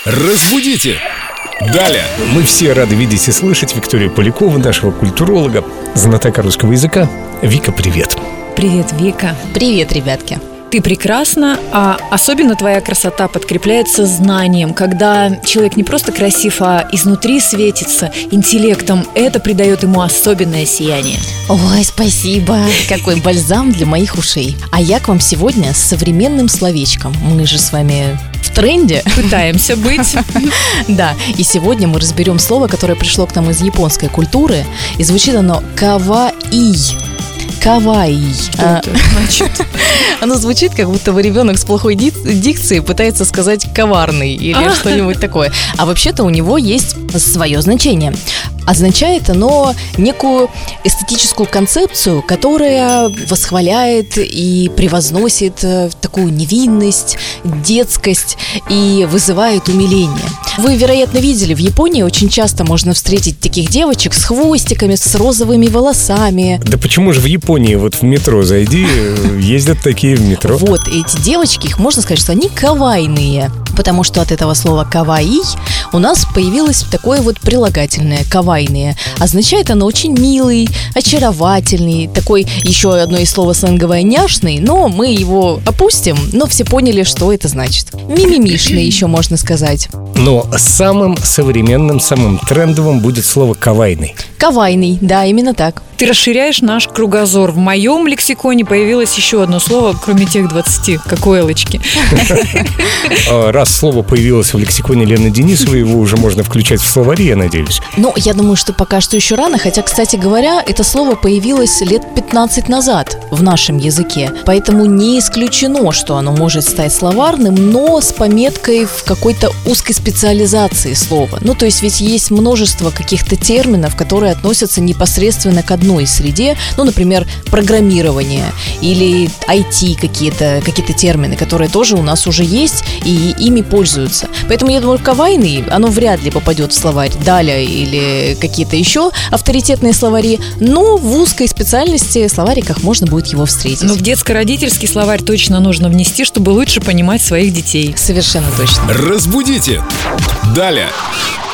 Разбудите! Далее! Мы все рады видеть и слышать Викторию Полякову, нашего культуролога, знатока русского языка. Вика, привет! Привет, Вика. Привет, ребятки. Ты прекрасна, а особенно твоя красота подкрепляется знанием. Когда человек не просто красив, а изнутри светится интеллектом, это придает ему особенное сияние. Ой, спасибо. Какой бальзам для моих ушей. А я к вам сегодня с современным словечком. Мы же с вами в тренде. Пытаемся быть. Да, и сегодня мы разберем слово, которое пришло к нам из японской культуры. И звучит оно каваи. Каваи. Что это значит? Оно звучит, как будто бы ребенок с плохой дикцией пытается сказать коварный или что-нибудь такое. А вообще-то у него есть свое значение. Означает оно некую эстетическую концепцию, которая восхваляет и превозносит такую невинность, детскость и вызывает умиление. Вы, вероятно, видели, в Японии очень часто можно встретить таких девочек с хвостиками, с розовыми волосами. Да почему же в Японии, вот в метро зайди, ездят такие в метро? Вот, эти девочки, их можно сказать, что они кавайные, потому что от этого слова каваи у нас появилось такое вот прилагательное кавайные. Означает оно очень милый, очаровательный, такой еще одно из слова сленговое няшный, но мы его опустим, но все поняли, что это значит. Мимимишный еще можно сказать. Но самым современным, самым трендовым будет слово «кавайный». Кавайный, да, именно так. Ты расширяешь наш кругозор. В моем лексиконе появилось еще одно слово, кроме тех 20, как у Элочки. Раз слово появилось в лексиконе Лены Денисовой, его уже можно включать в словари, я надеюсь. Ну, я думаю, что пока что еще рано, хотя, кстати говоря, это слово появилось лет 15 назад в нашем языке, поэтому не исключено, что оно может стать словарным, но с пометкой в какой-то узкой специализации слова. Ну, то есть ведь есть множество каких-то терминов, которые относятся непосредственно к одной среде, ну, например, программирование или IT какие-то термины, которые тоже у нас уже есть и ими пользуются. Поэтому я думаю, кавайный, оно вряд ли попадет в словарь Даля или какие-то еще авторитетные словари, но в узкой специальности словариках можно будет его встретить. Но в детско-родительский словарь точно нужно внести, чтобы лучше понимать своих детей. Совершенно точно. Разбудите! Далее!